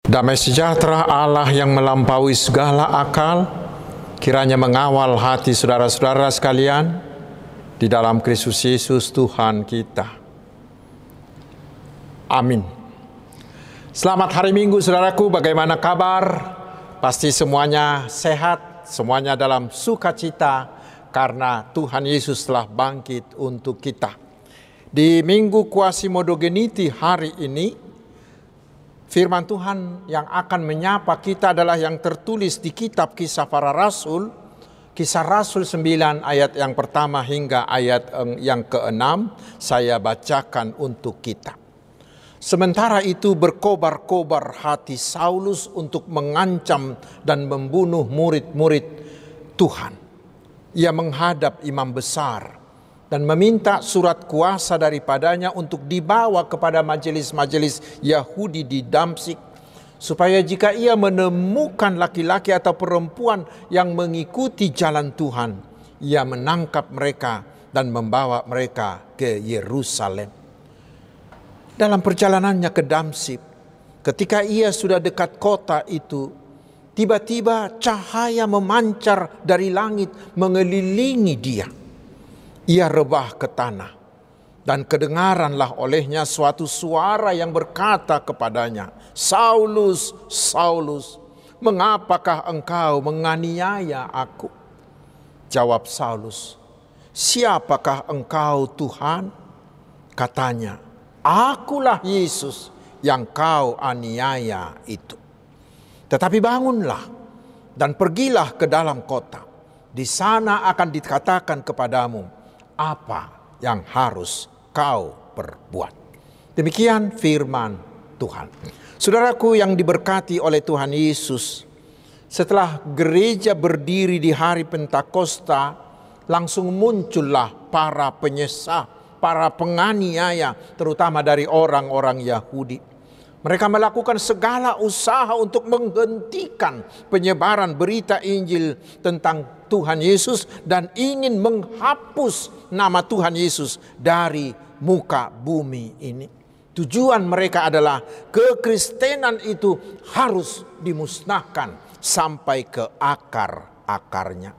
Damai sejahtera Allah yang melampaui segala akal, kiranya mengawal hati saudara-saudara sekalian di dalam Kristus Yesus Tuhan kita. Amin. Selamat hari Minggu saudaraku, bagaimana kabar? Pasti semuanya sehat, semuanya dalam sukacita karena Tuhan Yesus telah bangkit untuk kita. Di Minggu Quasimodogeniti hari ini, firman Tuhan yang akan menyapa kita adalah yang tertulis di kitab Kisah Para Rasul, Kisah Rasul 9 ayat yang pertama hingga ayat yang ke-6, saya bacakan untuk kita. Sementara itu berkobar-kobar hati Saulus untuk mengancam dan membunuh murid-murid Tuhan. Ia menghadap imam besar dan meminta surat kuasa daripadanya untuk dibawa kepada majelis-majelis Yahudi di Damsyik, supaya jika ia menemukan laki-laki atau perempuan yang mengikuti jalan Tuhan, ia menangkap mereka dan membawa mereka ke Yerusalem. Dalam perjalanannya ke Damsyik, ketika ia sudah dekat kota itu, tiba-tiba cahaya memancar dari langit mengelilingi dia. Ia rebah ke tanah, dan kedengaranlah olehnya suatu suara yang berkata kepadanya, "Saulus, Saulus, mengapakah engkau menganiaya aku?" Jawab Saulus, "Siapakah engkau Tuhan?" Katanya, "Akulah Yesus yang kau aniaya itu. Tetapi bangunlah dan pergilah ke dalam kota. Di sana akan dikatakan kepadamu apa yang harus kau perbuat." Demikian firman Tuhan. Saudaraku yang diberkati oleh Tuhan Yesus, setelah gereja berdiri di hari Pentakosta, langsung muncullah para penyesat, para penganiaya, terutama dari orang-orang Yahudi. Mereka melakukan segala usaha untuk menghentikan penyebaran berita Injil tentang Tuhan Yesus dan ingin menghapus nama Tuhan Yesus dari muka bumi ini. Tujuan mereka adalah kekristenan itu harus dimusnahkan sampai ke akar-akarnya.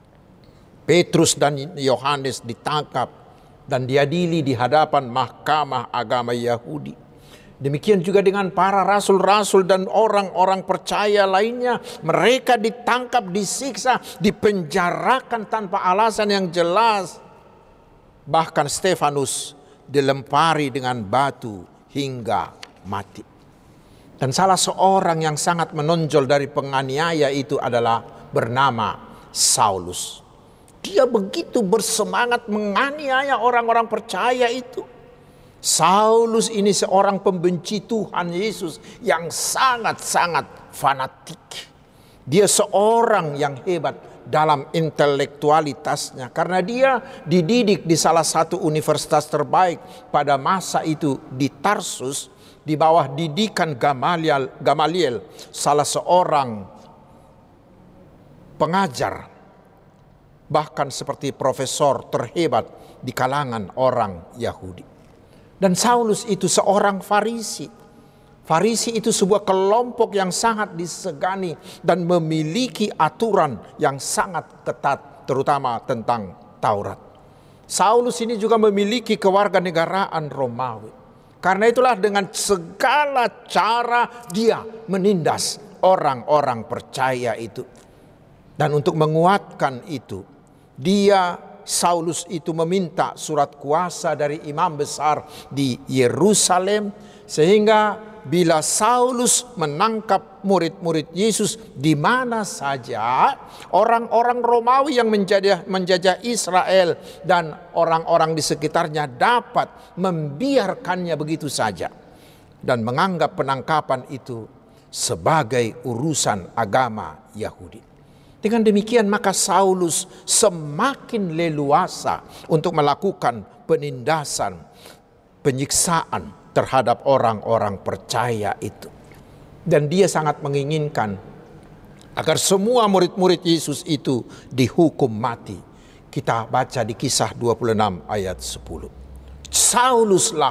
Petrus dan Yohanes ditangkap dan diadili di hadapan mahkamah agama Yahudi. Demikian juga dengan para rasul-rasul dan orang-orang percaya lainnya. Mereka ditangkap, disiksa, dipenjarakan tanpa alasan yang jelas. Bahkan Stefanus dilempari dengan batu hingga mati. Dan salah seorang yang sangat menonjol dari penganiaya itu adalah bernama Saulus. Dia begitu bersemangat menganiaya orang-orang percaya itu. Saulus ini seorang pembenci Tuhan Yesus yang sangat-sangat fanatik. Dia seorang yang hebat dalam intelektualitasnya karena dia dididik di salah satu universitas terbaik pada masa itu di Tarsus di bawah didikan Gamaliel, salah seorang pengajar, bahkan seperti profesor terhebat di kalangan orang Yahudi. Dan Saulus itu seorang Farisi. Farisi itu sebuah kelompok yang sangat disegani dan memiliki aturan yang sangat ketat, terutama tentang Taurat. Saulus ini juga memiliki kewarganegaraan Romawi. Karena itulah dengan segala cara dia menindas orang-orang percaya itu. Dan untuk menguatkan itu, Saulus itu meminta surat kuasa dari imam besar di Yerusalem, sehingga bila Saulus menangkap murid-murid Yesus di mana saja, orang-orang Romawi yang menjajah Israel dan orang-orang di sekitarnya dapat membiarkannya begitu saja dan menganggap penangkapan itu sebagai urusan agama Yahudi. Dengan demikian maka Saulus semakin leluasa untuk melakukan penindasan, penyiksaan terhadap orang-orang percaya itu. Dan dia sangat menginginkan agar semua murid-murid Yesus itu dihukum mati. Kita baca di Kisah 26 ayat 10. Sauluslah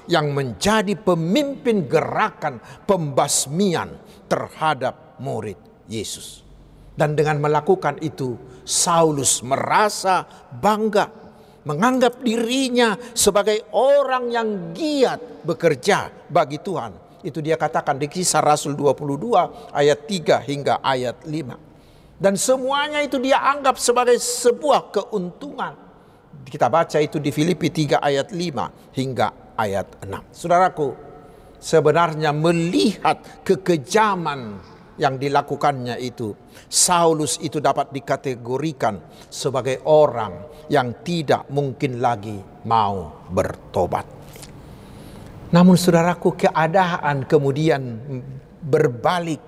yang menjadi pemimpin gerakan pembasmian terhadap murid Yesus. Dan dengan melakukan itu, Saulus merasa bangga, menganggap dirinya sebagai orang yang giat bekerja bagi Tuhan. Itu dia katakan di Kisah Rasul 22 ayat 3 hingga ayat 5. Dan semuanya itu dia anggap sebagai sebuah keuntungan. Kita baca itu di Filipi 3 ayat 5 hingga ayat 6. Saudaraku, sebenarnya melihat kekejaman yang dilakukannya itu, Saulus itu dapat dikategorikan sebagai orang yang tidak mungkin lagi mau bertobat. Namun saudaraku, keadaan kemudian berbalik.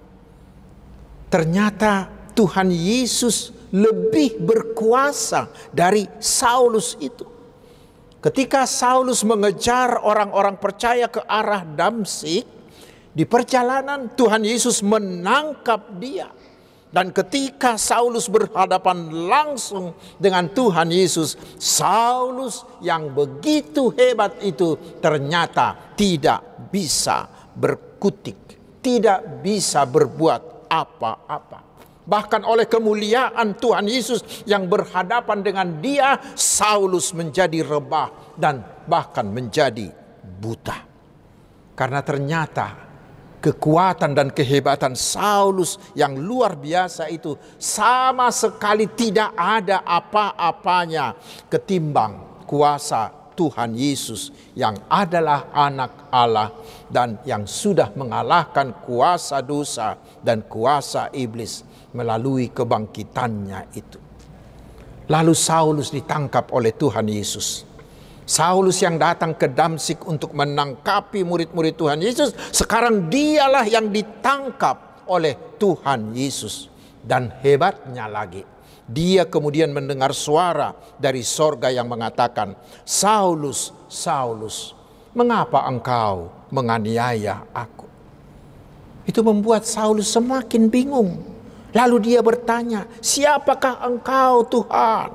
Ternyata Tuhan Yesus lebih berkuasa dari Saulus itu. Ketika Saulus mengejar orang-orang percaya ke arah Damsyik, di perjalanan Tuhan Yesus menangkap dia. Dan ketika Saulus berhadapan langsung dengan Tuhan Yesus, Saulus yang begitu hebat itu ternyata tidak bisa berkutik, tidak bisa berbuat apa-apa. Bahkan oleh kemuliaan Tuhan Yesus yang berhadapan dengan dia, Saulus menjadi rebah dan bahkan menjadi buta. Karena ternyata kekuatan dan kehebatan Saulus yang luar biasa itu sama sekali tidak ada apa-apanya ketimbang kuasa Tuhan Yesus yang adalah anak Allah dan yang sudah mengalahkan kuasa dosa dan kuasa iblis melalui kebangkitannya itu. Lalu Saulus ditangkap oleh Tuhan Yesus. Saulus yang datang ke Damsyik untuk menangkapi murid-murid Tuhan Yesus, sekarang dialah yang ditangkap oleh Tuhan Yesus. Dan hebatnya lagi, dia kemudian mendengar suara dari sorga yang mengatakan, "Saulus, Saulus, mengapa engkau menganiaya aku?" Itu membuat Saulus semakin bingung. Lalu dia bertanya, "Siapakah engkau, Tuhan?"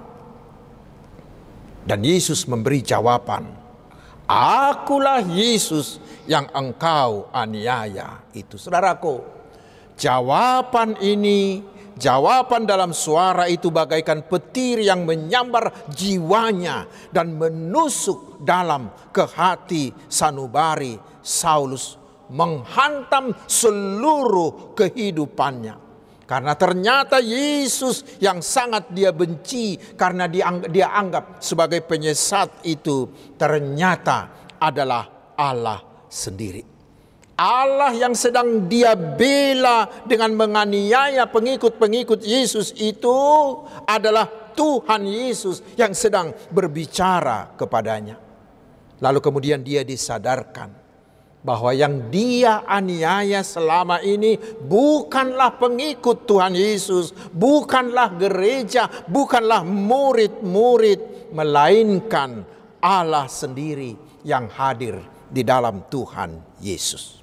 Dan Yesus memberi jawaban, "Akulah Yesus yang engkau aniaya itu." Saudaraku, jawaban ini, jawaban dalam suara itu bagaikan petir yang menyambar jiwanya dan menusuk dalam ke hati sanubari Saulus, menghantam seluruh kehidupannya. Karena ternyata Yesus yang sangat dia benci karena dia anggap sebagai penyesat itu ternyata adalah Allah sendiri. Allah yang sedang dia bela dengan menganiaya pengikut-pengikut Yesus itu adalah Tuhan Yesus yang sedang berbicara kepadanya. Lalu kemudian dia disadarkan bahwa yang dia aniaya selama ini bukanlah pengikut Tuhan Yesus, bukanlah gereja, bukanlah murid-murid, melainkan Allah sendiri yang hadir di dalam Tuhan Yesus.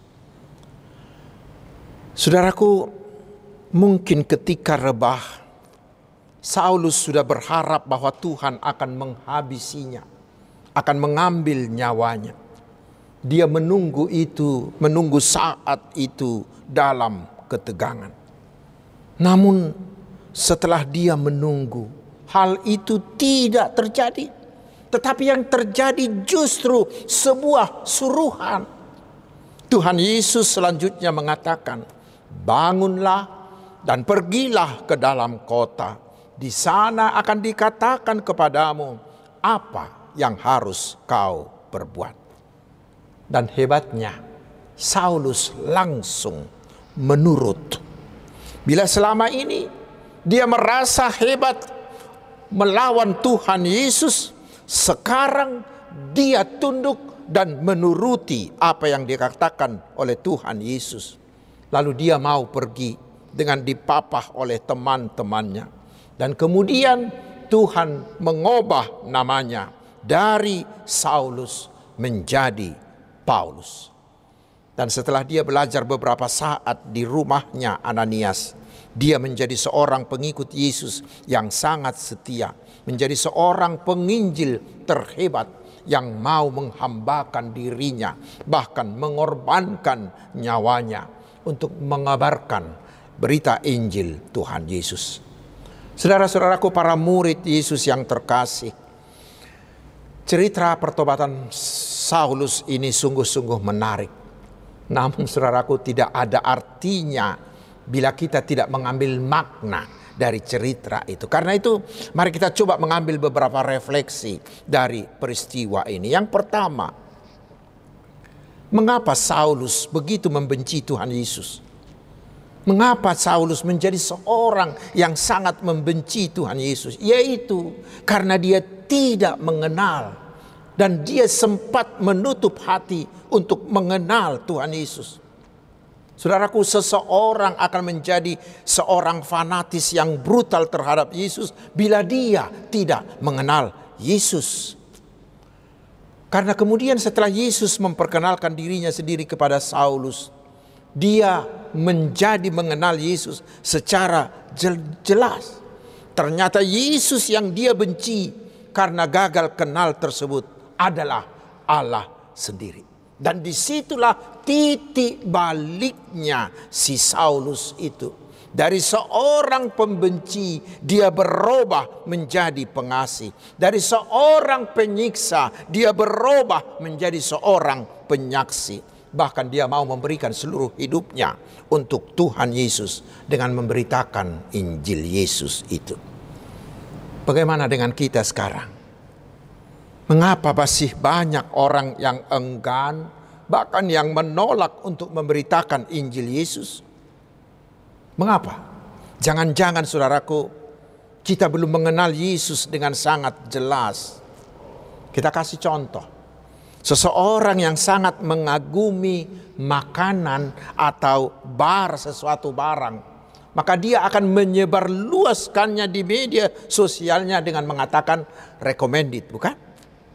Saudaraku, mungkin ketika rebah, Saulus sudah berharap bahwa Tuhan akan menghabisinya, akan mengambil nyawanya. Dia menunggu itu, menunggu saat itu dalam ketegangan. Namun setelah dia menunggu, hal itu tidak terjadi. Tetapi yang terjadi justru sebuah suruhan. Tuhan Yesus selanjutnya mengatakan, "Bangunlah dan pergilah ke dalam kota. Di sana akan dikatakan kepadamu apa yang harus kau perbuat." Dan hebatnya, Saulus langsung menurut. Bila selama ini dia merasa hebat melawan Tuhan Yesus, sekarang dia tunduk dan menuruti apa yang dikatakan oleh Tuhan Yesus. Lalu dia mau pergi dengan dipapah oleh teman-temannya. Dan kemudian Tuhan mengubah namanya dari Saulus menjadi Paulus. Dan setelah dia belajar beberapa saat di rumahnya Ananias, dia menjadi seorang pengikut Yesus yang sangat setia, menjadi seorang penginjil terhebat yang mau menghambakan dirinya, bahkan mengorbankan nyawanya untuk mengabarkan berita Injil Tuhan Yesus. Saudara-saudaraku, para murid Yesus yang terkasih, cerita pertobatan Saulus ini sungguh-sungguh menarik. Namun saudaraku, tidak ada artinya bila kita tidak mengambil makna dari cerita itu. Karena itu mari kita coba mengambil beberapa refleksi dari peristiwa ini. Yang pertama, mengapa Saulus begitu membenci Tuhan Yesus? Mengapa Saulus menjadi seorang yang sangat membenci Tuhan Yesus? Yaitu karena dia tidak mengenal dan dia sempat menutup hati untuk mengenal Tuhan Yesus. Saudaraku, seseorang akan menjadi seorang fanatis yang brutal terhadap Yesus bila dia tidak mengenal Yesus. Karena kemudian setelah Yesus memperkenalkan dirinya sendiri kepada Saulus, dia menjadi mengenal Yesus secara jelas. Ternyata Yesus yang dia benci karena gagal kenal tersebut adalah Allah sendiri. Dan disitulah titik baliknya si Saulus itu. Dari seorang pembenci dia berubah menjadi pengasih. Dari seorang penyiksa dia berubah menjadi seorang penyaksi. Bahkan dia mau memberikan seluruh hidupnya untuk Tuhan Yesus dengan memberitakan Injil Yesus itu. Bagaimana dengan kita sekarang? Mengapa masih banyak orang yang enggan, bahkan yang menolak untuk memberitakan Injil Yesus? Mengapa? Jangan-jangan saudaraku, kita belum mengenal Yesus dengan sangat jelas. Kita kasih contoh. Seseorang yang sangat mengagumi makanan atau sesuatu barang, maka dia akan menyebarluaskannya di media sosialnya dengan mengatakan recommended, bukan?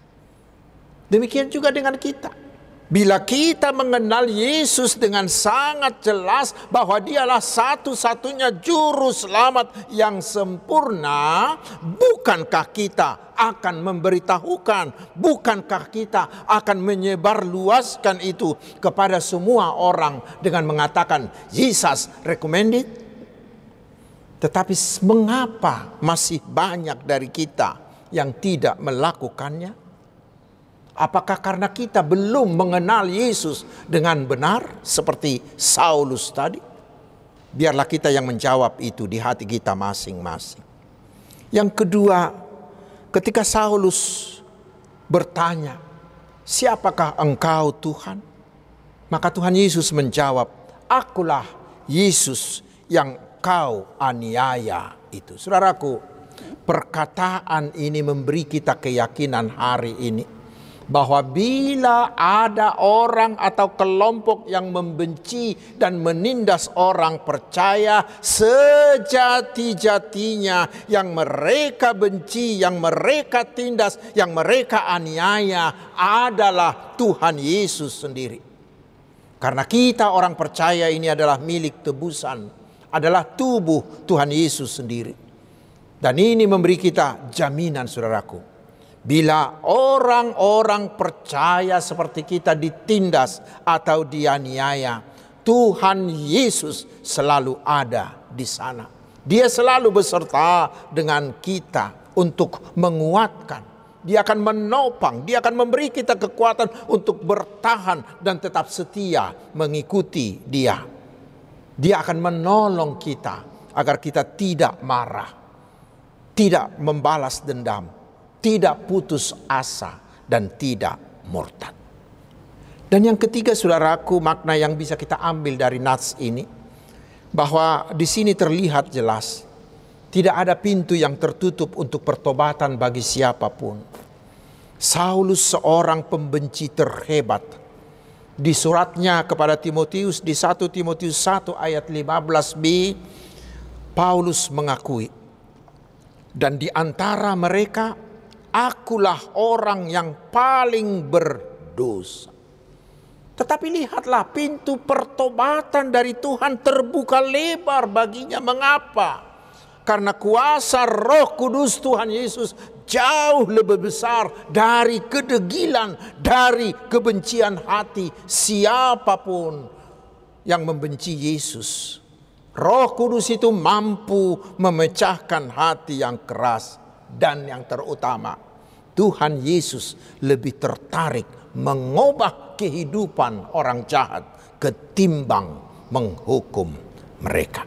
Demikian juga dengan kita. Bila kita mengenal Yesus dengan sangat jelas bahwa dialah satu-satunya juru selamat yang sempurna, bukankah kita akan memberitahukan, bukankah kita akan menyebarluaskan itu kepada semua orang dengan mengatakan Jesus recommended? Tetapi mengapa masih banyak dari kita yang tidak melakukannya? Apakah karena kita belum mengenal Yesus dengan benar seperti Saulus tadi? Biarlah kita yang menjawab itu di hati kita masing-masing. Yang kedua, ketika Saulus bertanya, "Siapakah engkau Tuhan?" Maka Tuhan Yesus menjawab, "Akulah Yesus yang kau aniaya itu." Saudaraku, perkataan ini memberi kita keyakinan hari ini bahwa bila ada orang atau kelompok yang membenci dan menindas orang percaya, sejati-jatinya yang mereka benci, yang mereka tindas, yang mereka aniaya adalah Tuhan Yesus sendiri. Karena kita orang percaya ini adalah milik tebusan, adalah tubuh Tuhan Yesus sendiri. Dan ini memberi kita jaminan, saudaraku. Bila orang-orang percaya seperti kita ditindas atau dianiaya, Tuhan Yesus selalu ada di sana. Dia selalu beserta dengan kita untuk menguatkan. Dia akan menopang, dia akan memberi kita kekuatan untuk bertahan dan tetap setia mengikuti dia. Dia akan menolong kita agar kita tidak marah, tidak membalas dendam, tidak putus asa, dan tidak murtad. Dan yang ketiga, saudaraku, makna yang bisa kita ambil dari nats ini, bahwa di sini terlihat jelas tidak ada pintu yang tertutup untuk pertobatan bagi siapapun. Saulus seorang pembenci terhebat. Di suratnya kepada Timotius, di 1 Timotius 1 ayat 15b, Paulus mengakui, "Dan di antara mereka akulah orang yang paling berdosa." Tetapi lihatlah, pintu pertobatan dari Tuhan terbuka lebar baginya. Mengapa? Karena kuasa Roh Kudus Tuhan Yesus jauh lebih besar dari kedegilan, dari kebencian hati siapapun yang membenci Yesus. Roh Kudus itu mampu memecahkan hati yang keras, dan yang terutama, Tuhan Yesus lebih tertarik mengubah kehidupan orang jahat ketimbang menghukum mereka.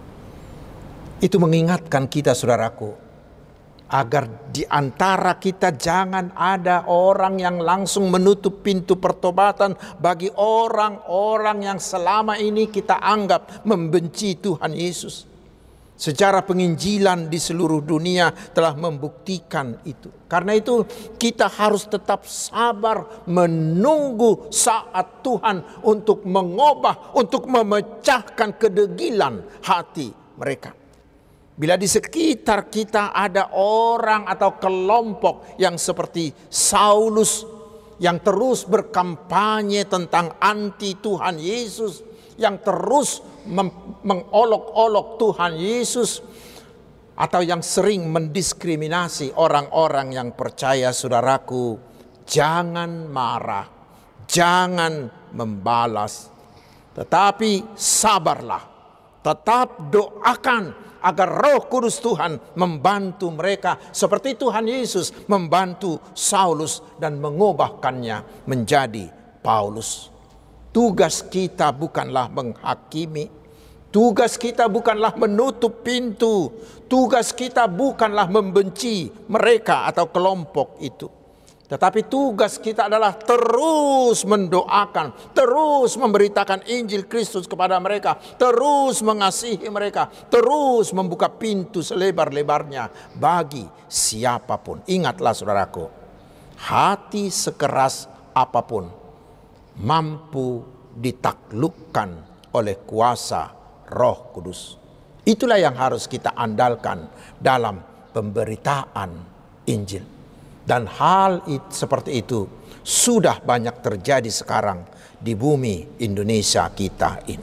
Itu mengingatkan kita, saudaraku, agar di antara kita jangan ada orang yang langsung menutup pintu pertobatan bagi orang-orang yang selama ini kita anggap membenci Tuhan Yesus. Sejarah penginjilan di seluruh dunia telah membuktikan itu. Karena itu kita harus tetap sabar menunggu saat Tuhan untuk mengubah, untuk memecahkan kedegilan hati mereka. Bila di sekitar kita ada orang atau kelompok yang seperti Saulus, yang terus berkampanye tentang anti Tuhan Yesus, yang terus mengolok-olok Tuhan Yesus, atau yang sering mendiskriminasi orang-orang yang percaya, saudaraku, jangan marah, jangan membalas, tetapi sabarlah, tetap doakan agar Roh Kudus Tuhan membantu mereka seperti Tuhan Yesus membantu Saulus dan mengubahkannya menjadi Paulus. Tugas kita bukanlah menghakimi, tugas kita bukanlah menutup pintu, tugas kita bukanlah membenci mereka atau kelompok itu. Tetapi tugas kita adalah terus mendoakan, terus memberitakan Injil Kristus kepada mereka, terus mengasihi mereka, terus membuka pintu selebar-lebarnya bagi siapapun. Ingatlah, saudaraku, hati sekeras apapun mampu ditaklukkan oleh kuasa Roh Kudus. Itulah yang harus kita andalkan dalam pemberitaan Injil. Dan hal seperti itu sudah banyak terjadi sekarang di bumi Indonesia kita ini.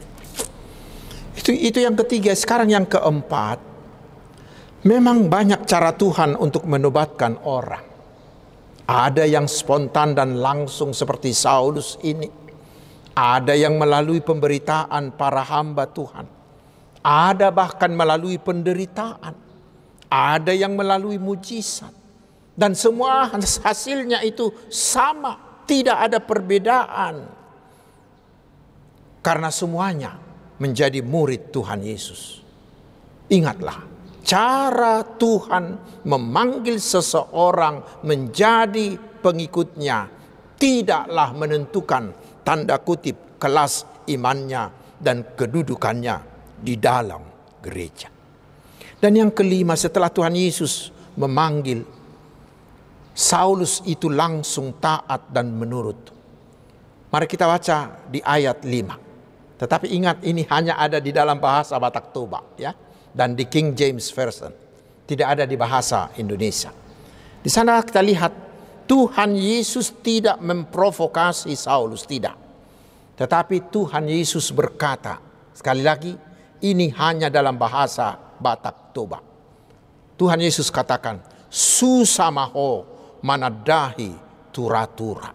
Itu yang ketiga. Sekarang yang keempat, memang banyak cara Tuhan untuk menobatkan orang. Ada yang spontan dan langsung seperti Saulus ini. Ada yang melalui pemberitaan para hamba Tuhan. Ada bahkan melalui penderitaan. Ada yang melalui mujizat. Dan semua hasilnya itu sama, tidak ada perbedaan. Karena semuanya menjadi murid Tuhan Yesus. Ingatlah, cara Tuhan memanggil seseorang menjadi pengikutnya tidaklah menentukan tanda kutip kelas imannya dan kedudukannya di dalam gereja. Dan yang kelima, setelah Tuhan Yesus memanggil, Saulus itu langsung taat dan menurut. Mari kita baca di ayat 5. Tetapi ingat, ini hanya ada di dalam bahasa Batak Toba, ya, dan di King James Version. Tidak ada di bahasa Indonesia. Di sana kita lihat Tuhan Yesus tidak memprovokasi Saulus, tidak. Tetapi Tuhan Yesus berkata, sekali lagi, ini hanya dalam bahasa Batak Toba. Tuhan Yesus katakan, susamaho manadahi tura-tura.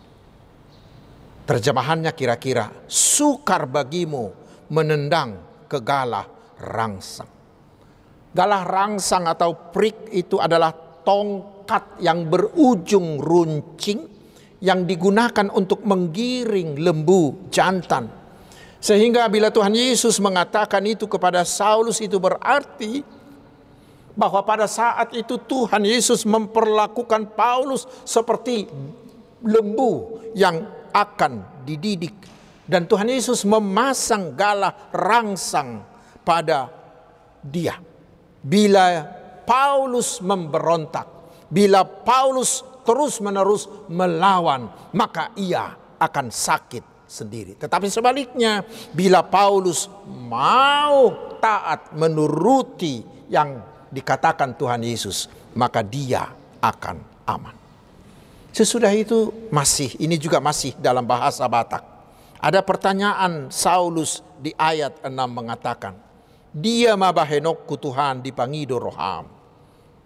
Terjemahannya kira-kira, sukar bagimu menendang ke galah rangsang. Galah rangsang atau prik itu adalah tongkat yang berujung runcing yang digunakan untuk menggiring lembu jantan. Sehingga bila Tuhan Yesus mengatakan itu kepada Saulus, itu berarti bahwa pada saat itu Tuhan Yesus memperlakukan Paulus seperti lembu yang akan dididik. Dan Tuhan Yesus memasang galah rangsang pada dia. Bila Paulus memberontak, bila Paulus terus-menerus melawan, maka ia akan sakit sendiri. Tetapi sebaliknya, bila Paulus mau taat menuruti yang dikatakan Tuhan Yesus, maka dia akan aman. Sesudah itu ini juga masih dalam bahasa Batak. Ada pertanyaan Saulus di ayat 6 mengatakan, dia mabahenok ku Tuhan dipangido roham.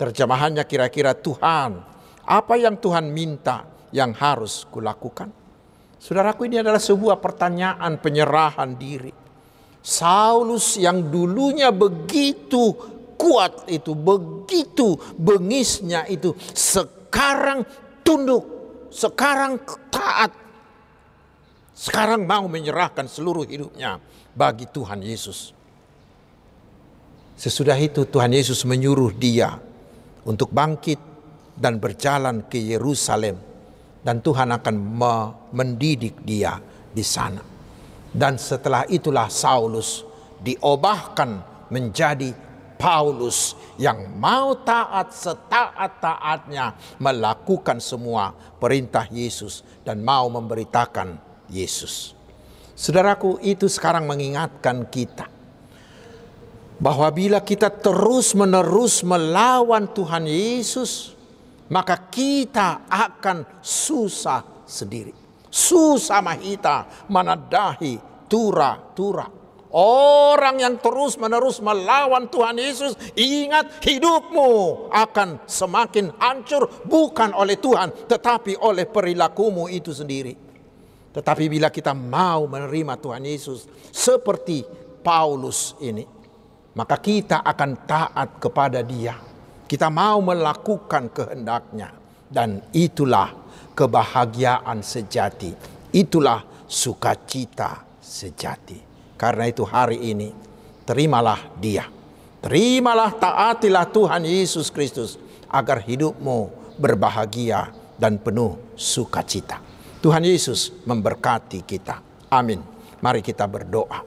Terjemahannya kira-kira, Tuhan, apa yang Tuhan minta yang harus kulakukan? Saudaraku, ini adalah sebuah pertanyaan penyerahan diri. Saulus yang dulunya begitu kuat itu, begitu bengisnya itu, sekarang tunduk, sekarang taat, sekarang mau menyerahkan seluruh hidupnya bagi Tuhan Yesus. Sesudah itu Tuhan Yesus menyuruh dia untuk bangkit dan berjalan ke Yerusalem, dan Tuhan akan mendidik dia di sana. Dan setelah itulah Saulus diubahkan menjadi Paulus yang mau taat setaat-taatnya melakukan semua perintah Yesus dan mau memberitakan Yesus. Saudaraku, itu sekarang mengingatkan kita bahwa bila kita terus-menerus melawan Tuhan Yesus, maka kita akan susah sendiri. Susah mahita manadahi tura-tura. Orang yang terus-menerus melawan Tuhan Yesus, ingat, hidupmu akan semakin hancur bukan oleh Tuhan, tetapi oleh perilakumu itu sendiri. Tetapi bila kita mau menerima Tuhan Yesus seperti Paulus ini, maka kita akan taat kepada Dia. Kita mau melakukan kehendaknya. Dan itulah kebahagiaan sejati. Itulah sukacita sejati. Karena itu hari ini, terimalah Dia. Terimalah, taatilah Tuhan Yesus Kristus, agar hidupmu berbahagia dan penuh sukacita. Tuhan Yesus memberkati kita. Amin. Mari kita berdoa.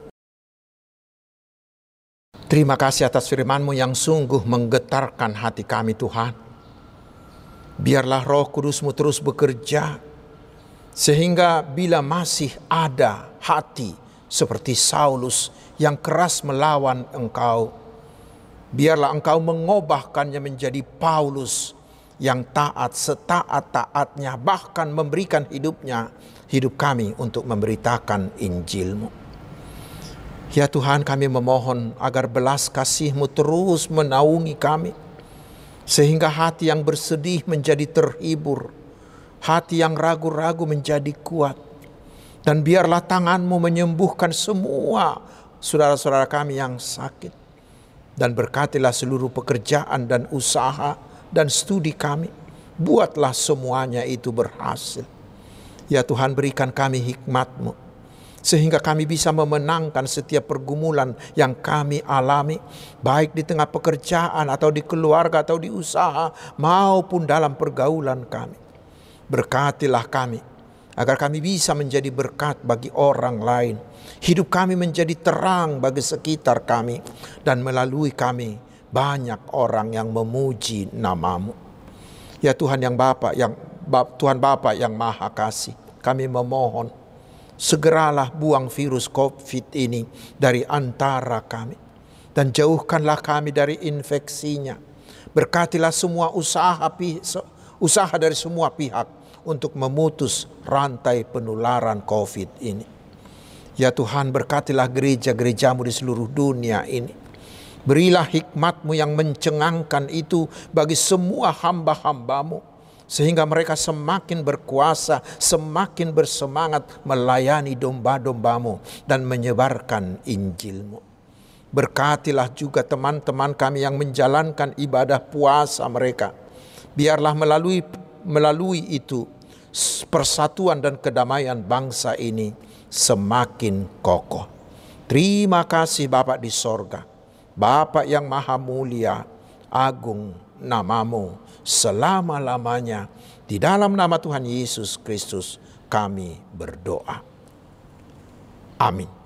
Terima kasih atas firman-Mu yang sungguh menggetarkan hati kami, Tuhan. Biarlah Roh Kudus-Mu terus bekerja, sehingga bila masih ada hati seperti Saulus yang keras melawan Engkau, biarlah Engkau mengubahkannya menjadi Paulus yang taat setaat-taatnya, bahkan memberikan hidup kami untuk memberitakan Injil-Mu. Ya Tuhan, kami memohon agar belas kasih-Mu terus menaungi kami, sehingga hati yang bersedih menjadi terhibur, hati yang ragu-ragu menjadi kuat, dan biarlah tangan-Mu menyembuhkan semua saudara-saudara kami yang sakit, dan berkatilah seluruh pekerjaan dan usaha dan studi kami. Buatlah semuanya itu berhasil. Ya Tuhan, berikan kami hikmat-Mu, sehingga kami bisa memenangkan setiap pergumulan yang kami alami, baik di tengah pekerjaan atau di keluarga atau di usaha maupun dalam pergaulan kami. Berkatilah kami, agar kami bisa menjadi berkat bagi orang lain. Hidup kami menjadi terang bagi sekitar kami, dan melalui kami banyak orang yang memuji nama-Mu. Ya Tuhan Tuhan Bapa yang Maha Kasih, kami memohon, segeralah buang virus COVID ini dari antara kami, dan jauhkanlah kami dari infeksinya. Berkatilah semua usaha dari semua pihak untuk memutus rantai penularan COVID ini. Ya Tuhan, berkatilah gereja-gereja-Mu di seluruh dunia ini. Berilah hikmat-Mu yang mencengangkan itu bagi semua hamba-hamba-Mu, sehingga mereka semakin berkuasa, semakin bersemangat melayani domba-domba-Mu dan menyebarkan Injil-Mu. Berkatilah juga teman-teman kami yang menjalankan ibadah puasa mereka. Biarlah melalui itu persatuan dan kedamaian bangsa ini semakin kokoh. Terima kasih Bapa di sorga, Bapa yang maha mulia, agung nama-Mu selama-lamanya. Di dalam nama Tuhan Yesus Kristus kami berdoa. Amin.